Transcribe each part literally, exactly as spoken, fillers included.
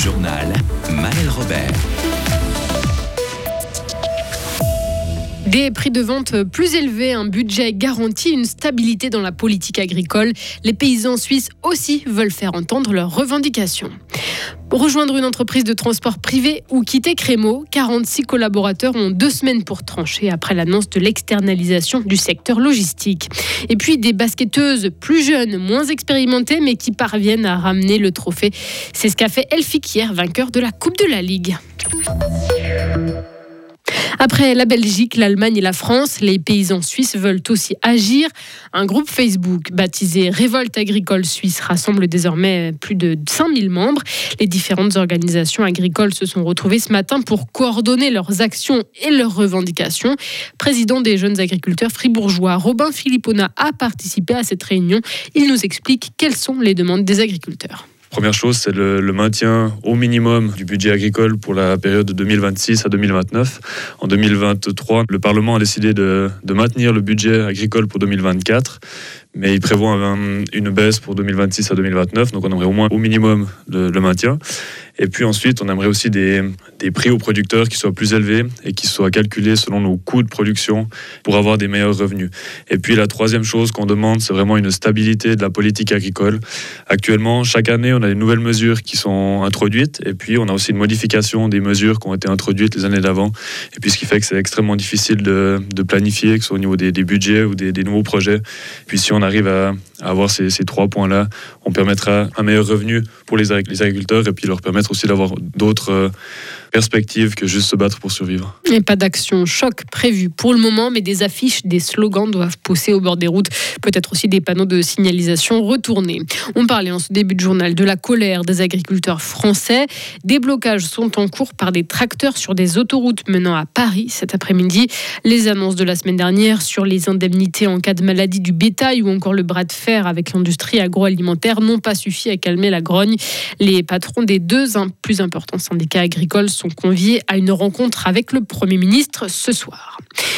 journal, Maëlle Robert. Des prix de vente plus élevés, un budget garanti, une stabilité dans la politique agricole. Les paysans suisses aussi veulent faire entendre leurs revendications. Rejoindre une entreprise de transport privé ou quitter Crémo, quarante-six collaborateurs ont deux semaines pour trancher après l'annonce de l'externalisation du secteur logistique. Et puis des basketteuses plus jeunes, moins expérimentées, mais qui parviennent à ramener le trophée. C'est ce qu'a fait Elfik hier, vainqueur de la Coupe de la Ligue. Après la Belgique, l'Allemagne et la France, les paysans suisses veulent aussi agir. Un groupe Facebook baptisé Révolte agricole suisse rassemble désormais plus de cinq mille membres. Les différentes organisations agricoles se sont retrouvées ce matin pour coordonner leurs actions et leurs revendications. Président des jeunes agriculteurs fribourgeois, Robin Philippona a participé à cette réunion. Il nous explique quelles sont les demandes des agriculteurs. Première chose, c'est le, le maintien au minimum du budget agricole pour la période de deux mille vingt-six à deux mille vingt-neuf. En deux mille vingt-trois, le Parlement a décidé de, de maintenir le budget agricole pour deux mille vingt-quatre, mais il prévoit un, une baisse pour deux mille vingt-six à deux mille vingt-neuf, donc on aimerait au moins au minimum le, le maintien. Et puis ensuite, on aimerait aussi des, des prix aux producteurs qui soient plus élevés et qui soient calculés selon nos coûts de production pour avoir des meilleurs revenus. Et puis la troisième chose qu'on demande, c'est vraiment une stabilité de la politique agricole. Actuellement, chaque année, on a des nouvelles mesures qui sont introduites et puis on a aussi une modification des mesures qui ont été introduites les années d'avant. Et puis ce qui fait que c'est extrêmement difficile de, de planifier, que ce soit au niveau des, des budgets ou des, des nouveaux projets. Puis si on arrive à, à avoir ces, ces trois points-là, on permettra un meilleur revenu pour les, les agriculteurs et puis leur permettre aussi d'avoir d'autres euh, perspectives que juste se battre pour survivre. Et pas d'action choc prévue pour le moment, mais des affiches, des slogans doivent pousser au bord des routes, peut-être aussi des panneaux de signalisation retournés. On parlait en ce début de journal de la colère des agriculteurs français. Des blocages sont en cours par des tracteurs sur des autoroutes menant à Paris cet après-midi. Les annonces de la semaine dernière sur les indemnités en cas de maladie du bétail ou encore le bras de fer avec l'industrie agroalimentaire n'ont pas suffi à calmer la grogne. Les patrons des deux plus importants syndicats agricoles sont conviés à une rencontre avec le Premier ministre ce soir.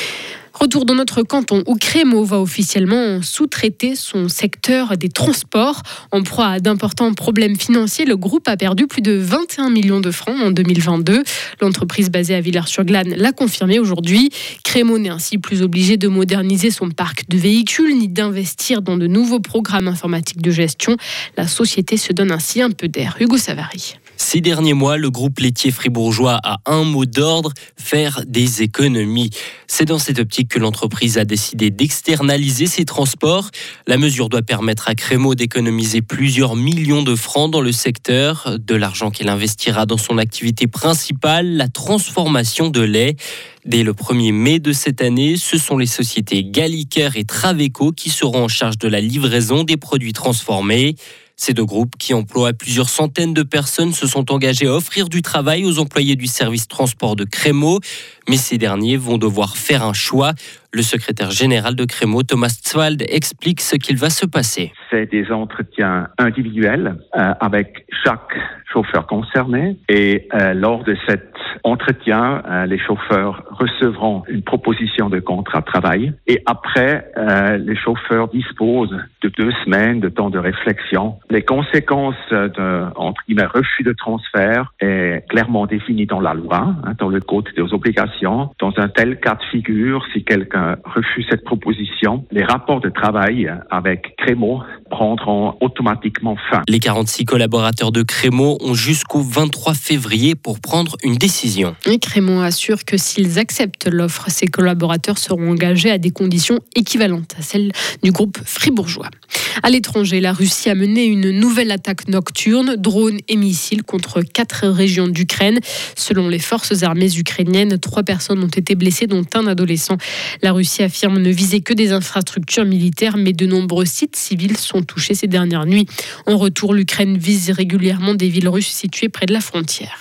Retour dans notre canton où Crémo va officiellement sous-traiter son secteur des transports. En proie à d'importants problèmes financiers, le groupe a perdu plus de vingt et un millions de francs en deux mille vingt-deux. L'entreprise basée à Villars-sur-Glâne l'a confirmé aujourd'hui. Crémo n'est ainsi plus obligé de moderniser son parc de véhicules ni d'investir dans de nouveaux programmes informatiques de gestion. La société se donne ainsi un peu d'air. Hugo Savary. Ces derniers mois, le groupe laitier fribourgeois a un mot d'ordre, faire des économies. C'est dans cette optique que l'entreprise a décidé d'externaliser ses transports. La mesure doit permettre à Crémo d'économiser plusieurs millions de francs dans le secteur, de l'argent qu'elle investira dans son activité principale, la transformation de lait. Dès le premier mai de cette année, ce sont les sociétés Galliker et Traveco qui seront en charge de la livraison des produits transformés. Ces deux groupes, qui emploient plusieurs centaines de personnes, se sont engagés à offrir du travail aux employés du service transport de Crémo. Mais ces derniers vont devoir faire un choix. Le secrétaire général de Crémo, Thomas Zwald, explique ce qu'il va se passer. C'est des entretiens individuels euh, avec chaque chauffeur concerné. Et euh, lors de cet entretien, euh, les chauffeurs recevront une proposition de contrat de travail. Et après, euh, les chauffeurs disposent de deux semaines de temps de réflexion. Les conséquences d'un entre guillemets refus de transfert est clairement définies dans la loi, hein, dans le code des obligations. Dans un tel cas de figure, si quelqu'un refuse cette proposition, les rapports de travail avec Crémo prendront automatiquement fin. Les quarante-six collaborateurs de Crémo ont jusqu'au vingt-trois février pour prendre une décision. Et Crémo assure que s'ils acceptent l'offre, ses collaborateurs seront engagés à des conditions équivalentes à celles du groupe fribourgeois. À l'étranger, la Russie a mené une nouvelle attaque nocturne, drones et missiles contre quatre régions d'Ukraine. Selon les forces armées ukrainiennes, trois personnes ont été blessées, dont un adolescent. La Russie affirme ne viser que des infrastructures militaires, mais de nombreux sites civils sont touchés ces dernières nuits. En retour, l'Ukraine vise régulièrement des villes russes situées près de la frontière.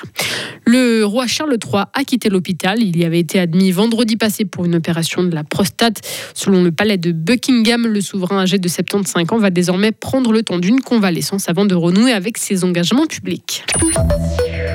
Le roi Charles trois a quitté l'hôpital. Il y avait été admis vendredi passé pour une opération de la prostate. Selon le palais de Buckingham, le souverain âgé de soixante-quinze ans va désormais prendre le temps d'une convalescence avant de renouer avec ses engagements publics.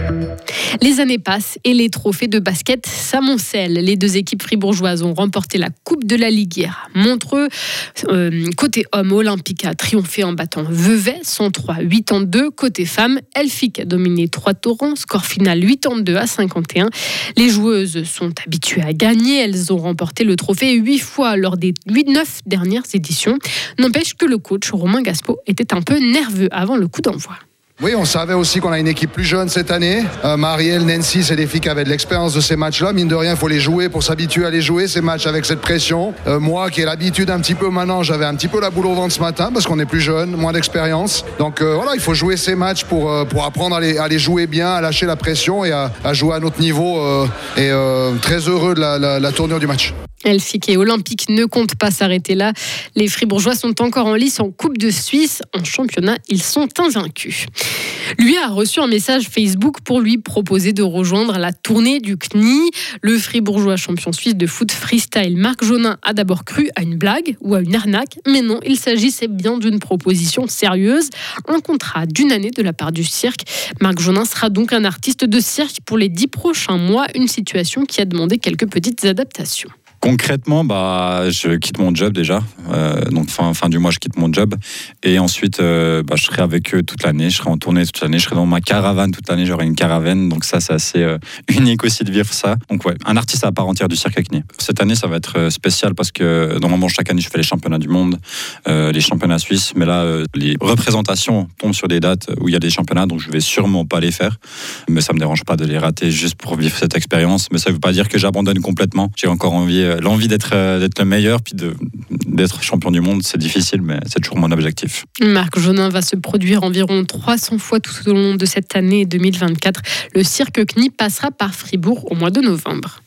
Les années passent et les trophées de basket s'amoncellent. Les deux équipes fribourgeoises ont remporté la Coupe de la Ligue hier à Montreux. Euh, côté homme, Olympique a triomphé en battant Vevey, cent trois à quatre-vingt-deux. Côté femme, Elfic a dominé Trois-Torrents, score final quatre-vingt-deux à cinquante et un. Les joueuses sont habituées à gagner. Elles ont remporté le trophée huit fois lors des neuf dernières éditions. N'empêche que le coach Romain Gaspo était un peu nerveux avant le coup d'envoi. Oui, on savait aussi qu'on a une équipe plus jeune cette année. Euh, Marielle, Nancy, c'est des filles qui avaient de l'expérience de ces matchs-là. Mine de rien, il faut les jouer pour s'habituer à les jouer, ces matchs avec cette pression. Euh, moi, qui ai l'habitude un petit peu maintenant, j'avais un petit peu la boule au ventre ce matin parce qu'on est plus jeune, moins d'expérience. Donc euh, voilà, il faut jouer ces matchs pour, euh, pour apprendre à les, à les jouer bien, à lâcher la pression et à, à jouer à notre niveau. Euh, et euh, très heureux de la, la, la tournure du match. Elfic et Olympique ne comptent pas s'arrêter là. Les Fribourgeois sont encore en lice en Coupe de Suisse. En championnat, ils sont invaincus. Lui a reçu un message Facebook pour lui proposer de rejoindre la tournée du C N I. Le Fribourgeois champion suisse de foot freestyle Marc Jaunin a d'abord cru à une blague ou à une arnaque. Mais non, il s'agissait bien d'une proposition sérieuse. Un contrat d'une année de la part du cirque. Marc Jaunin sera donc un artiste de cirque pour les dix prochains mois. Une situation qui a demandé quelques petites adaptations. Concrètement, bah, je quitte mon job déjà. Euh, donc fin, fin du mois, je quitte mon job. Et ensuite, euh, bah, je serai avec eux toute l'année. Je serai en tournée toute l'année. Je serai dans ma caravane toute l'année. J'aurai une caravane. Donc ça, c'est assez euh, unique aussi de vivre ça. Donc ouais, un artiste à part entière du cirque C N I. Cette année, ça va être spécial parce que normalement, chaque année, je fais les championnats du monde, euh, les championnats suisses. Mais là, euh, les représentations tombent sur des dates où il y a des championnats. Donc je vais sûrement pas les faire. Mais ça me dérange pas de les rater juste pour vivre cette expérience. Mais ça veut pas dire que j'abandonne complètement. J'ai encore envie... L'envie d'être, d'être le meilleur, puis de, d'être champion du monde, c'est difficile, mais c'est toujours mon objectif. Marc Jaunin va se produire environ trois cents fois tout au long de cette année deux mille vingt-quatre. Le cirque C N I passera par Fribourg au mois de novembre.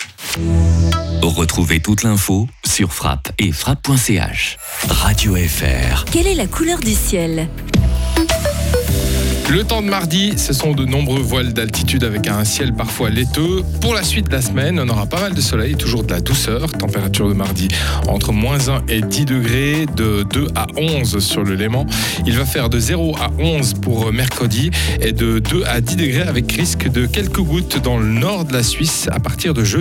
Retrouvez toute l'info sur frappe et frappe point c h. Radio F R. Quelle est la couleur du ciel ? Le temps de mardi, ce sont de nombreux voiles d'altitude avec un ciel parfois laiteux. Pour la suite de la semaine, on aura pas mal de soleil, toujours de la douceur. Température de mardi entre moins un et dix degrés, de deux à onze sur le Léman. Il va faire de zéro à onze pour mercredi et de deux à dix degrés avec risque de quelques gouttes dans le nord de la Suisse à partir de jeudi.